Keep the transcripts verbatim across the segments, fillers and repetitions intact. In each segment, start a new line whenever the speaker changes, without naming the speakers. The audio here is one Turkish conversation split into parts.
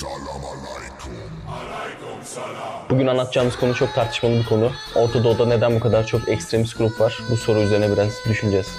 Salam alaikum. Alaikum salam.
Bugün anlatacağımız konu çok tartışmalı bir konu. Orta Doğu'da neden bu kadar çok ekstremist grup var? Bu soru üzerine biraz düşüneceğiz.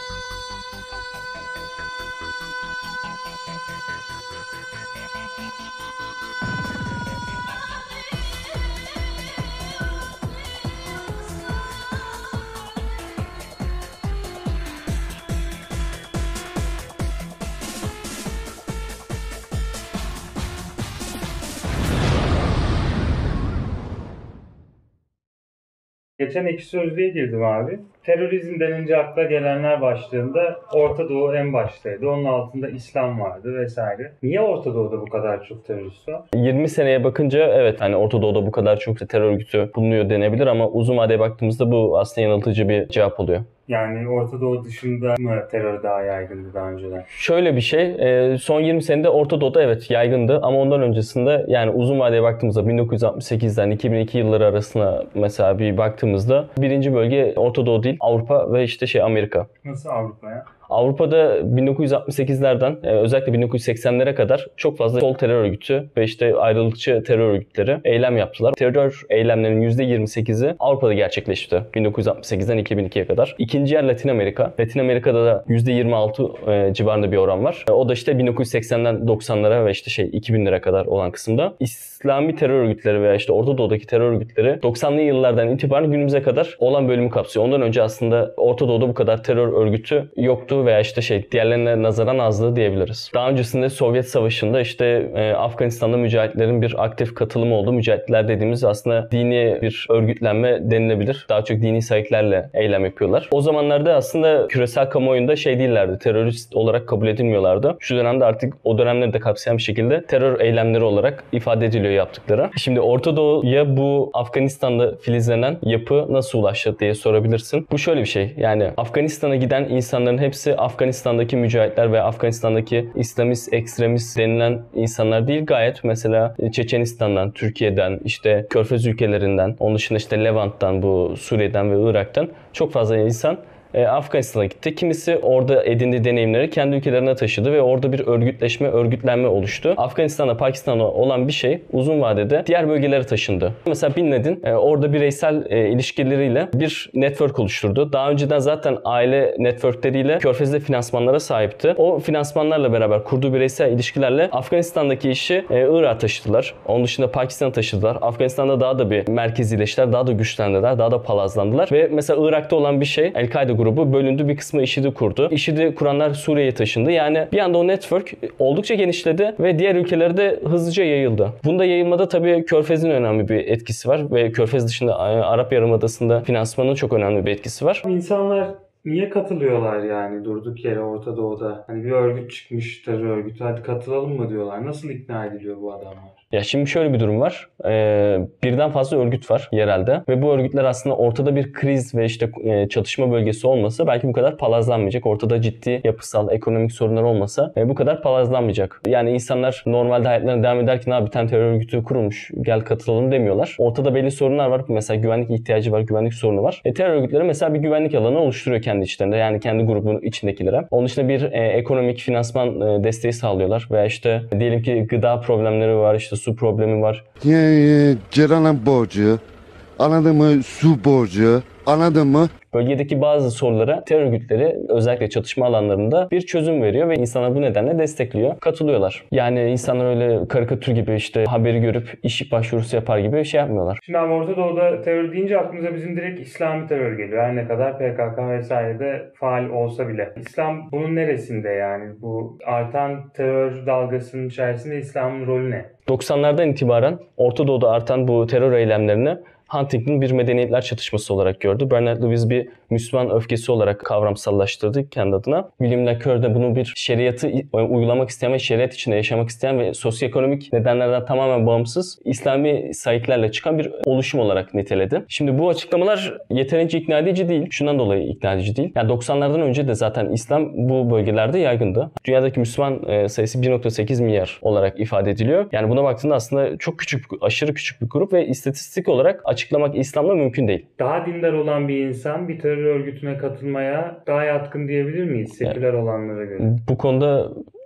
Geçen Ekşi Sözlüğe girdim abi. Terörizm denince akla gelenler başlığında Orta Doğu en baştaydı. Onun altında İslam vardı vesaire. Niye Orta Doğu'da bu kadar çok terörist var?
yirmi seneye bakınca evet hani Orta Doğu'da bu kadar çok terör örgütü bulunuyor denebilir ama uzun vadeye baktığımızda bu aslında yanıltıcı bir cevap oluyor.
Yani Orta Doğu dışında mı terör daha yaygındı daha önceden?
Şöyle bir şey, son yirmi senede Orta Doğu'da evet yaygındı ama ondan öncesinde yani uzun vadeye baktığımızda bin dokuz yüz altmış sekizden iki bin iki yılları arasına mesela bir baktığımızda birinci bölge Orta Doğu değil, Avrupa ve işte şey Amerika.
Nasıl Avrupa ya?
Avrupa'da bin dokuz yüz altmış sekizlerden özellikle bin dokuz yüz seksenlere kadar çok fazla sol terör örgütü ve işte ayrılıkçı terör örgütleri eylem yaptılar. Terör eylemlerinin yüzde yirmi sekizi Avrupa'da gerçekleşti bin dokuz yüz altmış sekizden iki bin ikiye kadar. İkinci yer Latin Amerika. Latin Amerika'da da yüzde yirmi altı civarında bir oran var. O da işte bin dokuz yüz seksenden doksanlara ve işte şey iki binlere kadar olan kısımda. İslami terör örgütleri veya işte Orta Doğu'daki terör örgütleri doksanlı yıllardan itibaren günümüze kadar olan bölümü kapsıyor. Ondan önce aslında Orta Doğu'da bu kadar terör örgütü yoktu veya işte şey diğerlerine nazaran azlığı diyebiliriz. Daha öncesinde Sovyet Savaşı'nda işte e, Afganistan'da mücahitlerin bir aktif katılımı oldu. Mücahitler dediğimiz aslında dini bir örgütlenme denilebilir. Daha çok dini sayıklarla eylem yapıyorlar. O zamanlarda aslında küresel kamuoyunda şey değillerdi. Terörist olarak kabul edilmiyorlardı. Şu dönemde artık o dönemleri de kapsayan bir şekilde terör eylemleri olarak ifade ediliyor yaptıkları. Şimdi Orta Doğu'ya bu Afganistan'da filizlenen yapı nasıl ulaştı diye sorabilirsin. Bu şöyle bir şey. Yani Afganistan'a giden insanların hepsi Afganistan'daki mücahitler ve Afganistan'daki İslamist, ekstremist denilen insanlar değil. Gayet mesela Çeçenistan'dan, Türkiye'den, işte Körfez ülkelerinden, onun dışında işte Levant'tan, bu Suriye'den ve Irak'tan çok fazla insan Afganistan'a gitti. Kimisi orada edindiği deneyimleri kendi ülkelerine taşıdı ve orada bir örgütleşme, örgütlenme oluştu. Afganistan'da, Pakistan'da olan bir şey uzun vadede diğer bölgelere taşındı. Mesela Bin Laden orada bireysel ilişkileriyle bir network oluşturdu. Daha önceden zaten aile networkleriyle Körfez'de finansmanlara sahipti. O finansmanlarla beraber kurduğu bireysel ilişkilerle Afganistan'daki işi Irak'a taşıdılar. Onun dışında Pakistan'a taşıdılar. Afganistan'da daha da bir merkezileştiler, daha da güçlendiler, daha da palazlandılar ve mesela Irak'ta olan bir şey El-Kaide grubu bölündü, bir kısmı IŞİD'i kurdu. IŞİD'i kuranlar Suriye'ye taşındı. Yani bir anda o network oldukça genişledi ve diğer ülkelere de hızlıca yayıldı. Bunda yayılmada tabii Körfez'in önemli bir etkisi var ve Körfez dışında Arap Yarımadası'nda finansmanın çok önemli bir etkisi var.
İnsanlar niye katılıyorlar yani durduk yere Orta Doğu'da? Hani bir örgüt çıkmış, terör örgütü, hadi katılalım mı diyorlar. Nasıl ikna ediliyor bu adamlar?
Ya şimdi şöyle bir durum var. Ee, birden fazla örgüt var yerelde ve bu örgütler aslında ortada bir kriz ve işte e, çatışma bölgesi olmasa belki bu kadar palazlanmayacak. Ortada ciddi yapısal, ekonomik sorunlar olmasa e, bu kadar palazlanmayacak. Yani insanlar normalde hayatlarına devam ederken abi bir tane terör örgütü kurulmuş, gel katılalım demiyorlar. Ortada belli sorunlar var. Mesela güvenlik ihtiyacı var, güvenlik sorunu var. E, terör örgütleri mesela bir güvenlik alanı oluşturuyor kendi içlerinde. Yani kendi grubunun içindekilere. Onun dışında bir e, ekonomik, finansman e, desteği sağlıyorlar. Veya işte diyelim ki gıda problemleri var, işte su problemi var.
Yani Ceren'in borcu, anladın mı? Su borcu, anladın mı?
Bölgedeki bazı sorunlara terör örgütleri özellikle çatışma alanlarında bir çözüm veriyor ve insanlar bu nedenle destekliyor, katılıyorlar. Yani insanlar öyle karikatür gibi işte haberi görüp iş başvurusu yapar gibi şey yapmıyorlar.
Şimdi ama Orta Doğu'da terör deyince aklımıza bizim direkt İslami terör geliyor. Her ne kadar P K K vesairede faal olsa bile. İslam bunun neresinde yani? Bu artan terör dalgasının içerisinde İslam'ın rolü ne?
doksanlardan itibaren Orta Doğu'da artan bu terör eylemlerini Huntington bir medeniyetler çatışması olarak gördü. Bernard Lewis bir Müslüman öfkesi olarak kavramsallaştırdı kendi adına. William Lacour da bunu bir şeriatı uygulamak isteyen ve şeriat içinde yaşamak isteyen ve sosyoekonomik nedenlerden tamamen bağımsız İslami sayıklarla çıkan bir oluşum olarak niteledi. Şimdi bu açıklamalar yeterince ikna edici değil. Şundan dolayı ikna edici değil. Yani doksanlardan önce de zaten İslam bu bölgelerde yaygındı. Dünyadaki Müslüman sayısı bir nokta sekiz milyar olarak ifade ediliyor. Yani buna baktığında aslında çok küçük, aşırı küçük bir grup ve istatistik olarak açıklamak İslam'la mümkün değil.
Daha dindar olan bir insan bir terör örgütüne katılmaya daha yatkın diyebilir miyiz seküler olanlara göre?
Bu konuda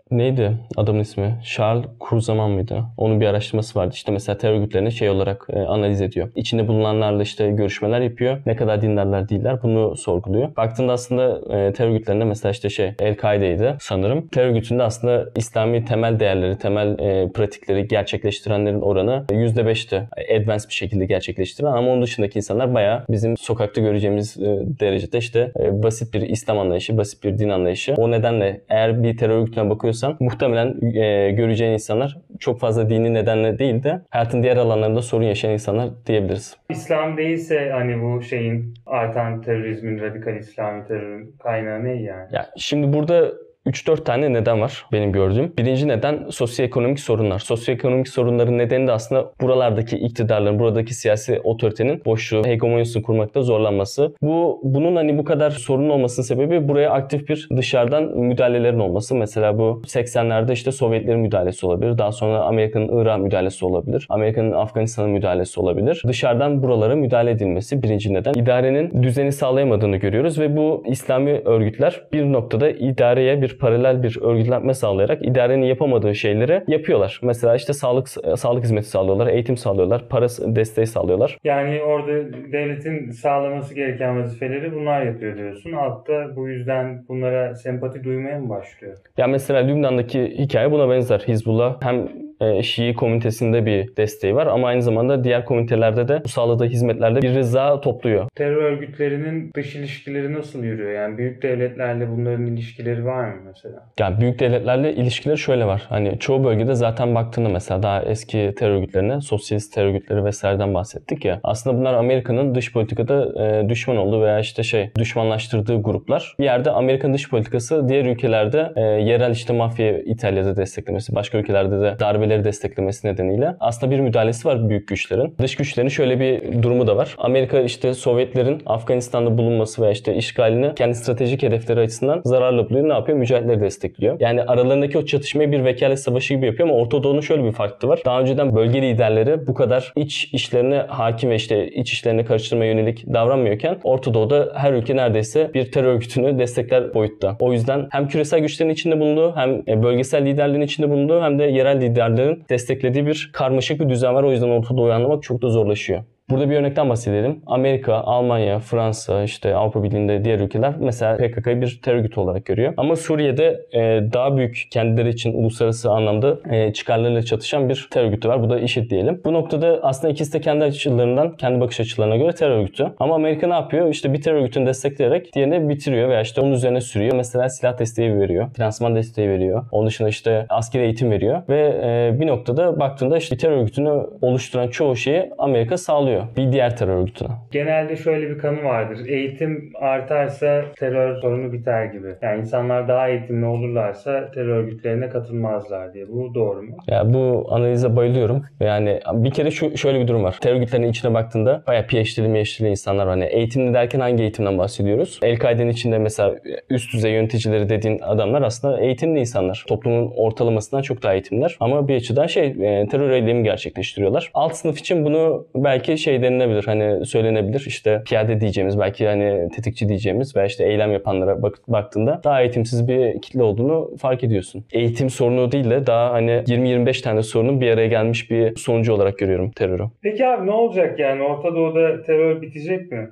neydi adamın ismi? Charles Kurzaman mıydı? Onun bir araştırması vardı. İşte mesela terör örgütlerini şey olarak e, analiz ediyor. İçinde bulunanlarla işte görüşmeler yapıyor. Ne kadar dindarlar değiller bunu sorguluyor. Baktığında aslında e, terör örgütlerinde mesela işte şey El-Kaide'ydi sanırım. Terör örgütünde aslında İslami temel değerleri, temel e, pratikleri gerçekleştirenlerin oranı yüzde beşti. Advanced bir şekilde gerçekleştiren ama onun dışındaki insanlar bayağı bizim sokakta göreceğimiz e, derecede işte e, basit bir İslam anlayışı, basit bir din anlayışı. O nedenle eğer bir terör örgütüne bakıyorsan muhtemelen e, göreceğin insanlar çok fazla dini nedenle değil de hayatın diğer alanlarında sorun yaşayan insanlar diyebiliriz.
İslam değilse hani bu şeyin artan terörizmin, radikal İslami terörün kaynağı ne yani?
Ya şimdi burada üç dört tane neden var benim gördüğüm. Birinci neden sosyoekonomik sorunlar. Sosyoekonomik sorunların nedeni de aslında buralardaki iktidarların, buradaki siyasi otoritenin boşluğu, hegemonyasını kurmakta zorlanması. Bu bunun hani bu kadar sorun olmasının sebebi buraya aktif bir dışarıdan müdahalelerin olması. Mesela bu seksenlerde işte Sovyetlerin müdahalesi olabilir. Daha sonra Amerika'nın Irak müdahalesi olabilir. Amerika'nın Afganistan'a müdahalesi olabilir. Dışarıdan buralara müdahale edilmesi birinci neden. İdarenin düzeni sağlayamadığını görüyoruz ve bu İslami örgütler bir noktada idareye bir paralel bir örgütlenme sağlayarak idarenin yapamadığı şeyleri yapıyorlar. Mesela işte sağlık sağlık hizmeti sağlıyorlar, eğitim sağlıyorlar, para desteği sağlıyorlar.
Yani orada devletin sağlaması gereken vazifeleri bunlar yapıyor diyorsun. Altta bu yüzden bunlara sempati duymaya mı başlıyor?
Ya mesela Lübnan'daki hikaye buna benzer. Hizbullah hem Şii komünitesinde bir desteği var ama aynı zamanda diğer komünitelerde de bu sağladığı hizmetlerle bir rıza topluyor.
Terör örgütlerinin dış ilişkileri nasıl yürüyor? Yani büyük devletlerle bunların ilişkileri var mı mesela?
Yani büyük devletlerle ilişkileri şöyle var. Hani çoğu bölgede zaten baktığında mesela daha eski terör örgütlerine, sosyalist terör örgütleri vesaireden bahsettik ya. Aslında bunlar Amerika'nın dış politikada e, düşman olduğu veya işte şey düşmanlaştırdığı gruplar. Bir yerde Amerika'nın dış politikası diğer ülkelerde e, yerel işte mafya İtalya'da desteklemesi, başka ülkelerde de darbe desteklemesi nedeniyle aslında bir müdahalesi var büyük güçlerin. Dış güçlerin şöyle bir durumu da var. Amerika işte Sovyetlerin Afganistan'da bulunması veya işte işgalini kendi stratejik hedefleri açısından zararlı buluyor. Ne yapıyor? Mücahitleri destekliyor. Yani aralarındaki o çatışmayı bir vekalet savaşı gibi yapıyor ama Orta Doğu'nun şöyle bir farkı var. Daha önceden bölge liderleri bu kadar iç işlerine hakim ve işte iç işlerine karıştırmaya yönelik davranmıyorken Orta Doğu'da her ülke neredeyse bir terör örgütünü destekler boyutta. O yüzden hem küresel güçlerin içinde bulunduğu hem bölgesel liderlerin içinde bulunduğu hem de yerel liderlerin desteklediği bir karmaşık bir düzen var. O yüzden Orta Doğu'yu anlamak çok da zorlaşıyor. Burada bir örnekten bahsedelim. Amerika, Almanya, Fransa, işte Avrupa Birliği'nde diğer ülkeler mesela P K K'yı bir terör örgütü olarak görüyor. Ama Suriye'de e, daha büyük kendileri için uluslararası anlamda e, çıkarlarıyla çatışan bir terör örgütü var. Bu da IŞİD diyelim. Bu noktada aslında ikisi de kendi açılarından, kendi bakış açılarına göre terör örgütü. Ama Amerika ne yapıyor? İşte bir terör örgütünü destekleyerek diğerini bitiriyor veya işte onun üzerine sürüyor. Mesela silah desteği veriyor, finansman desteği veriyor. Onun dışında işte askeri eğitim veriyor ve e, bir noktada baktığında işte bir terör örgütünü oluşturan çoğu şeyi Amerika sağlıyor bir diğer terör örgütüne.
Genelde şöyle bir kanı vardır. Eğitim artarsa terör sorunu biter gibi. Yani insanlar daha eğitimli olurlarsa terör örgütlerine katılmazlar diye. Bu doğru mu?
Ya bu analize bayılıyorum. Yani bir kere şu şöyle bir durum var. Terör örgütlerinin içine baktığında bayağı P H D'li, M H D'li insanlar var. Hani eğitimli derken hangi eğitimden bahsediyoruz? El-Kaide'nin içinde mesela üst düzey yöneticileri dediğin adamlar aslında eğitimli insanlar. Toplumun ortalamasından çok daha eğitimliler. Ama bir açıdan şey terör eylemi gerçekleştiriyorlar. Alt sınıf için bunu belki şey denilebilir. Hani söylenebilir. İşte piyade diyeceğimiz, belki hani tetikçi diyeceğimiz veya işte eylem yapanlara bak, baktığında daha eğitimsiz bir kitle olduğunu fark ediyorsun. Eğitim sorunu değil de daha hani yirmi yirmi beş tane sorunun bir araya gelmiş bir sonucu olarak görüyorum terörü.
Peki abi ne olacak yani? Orta Doğu'da terör bitecek mi?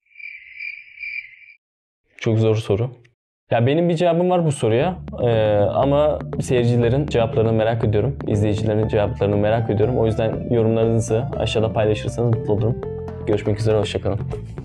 Çok zor soru. Ya benim bir cevabım var bu soruya ee, ama seyircilerin cevaplarını merak ediyorum. İzleyicilerin cevaplarını merak ediyorum. O yüzden yorumlarınızı aşağıda paylaşırsanız mutlu olurum. Görüşmek üzere, hoşça kalın.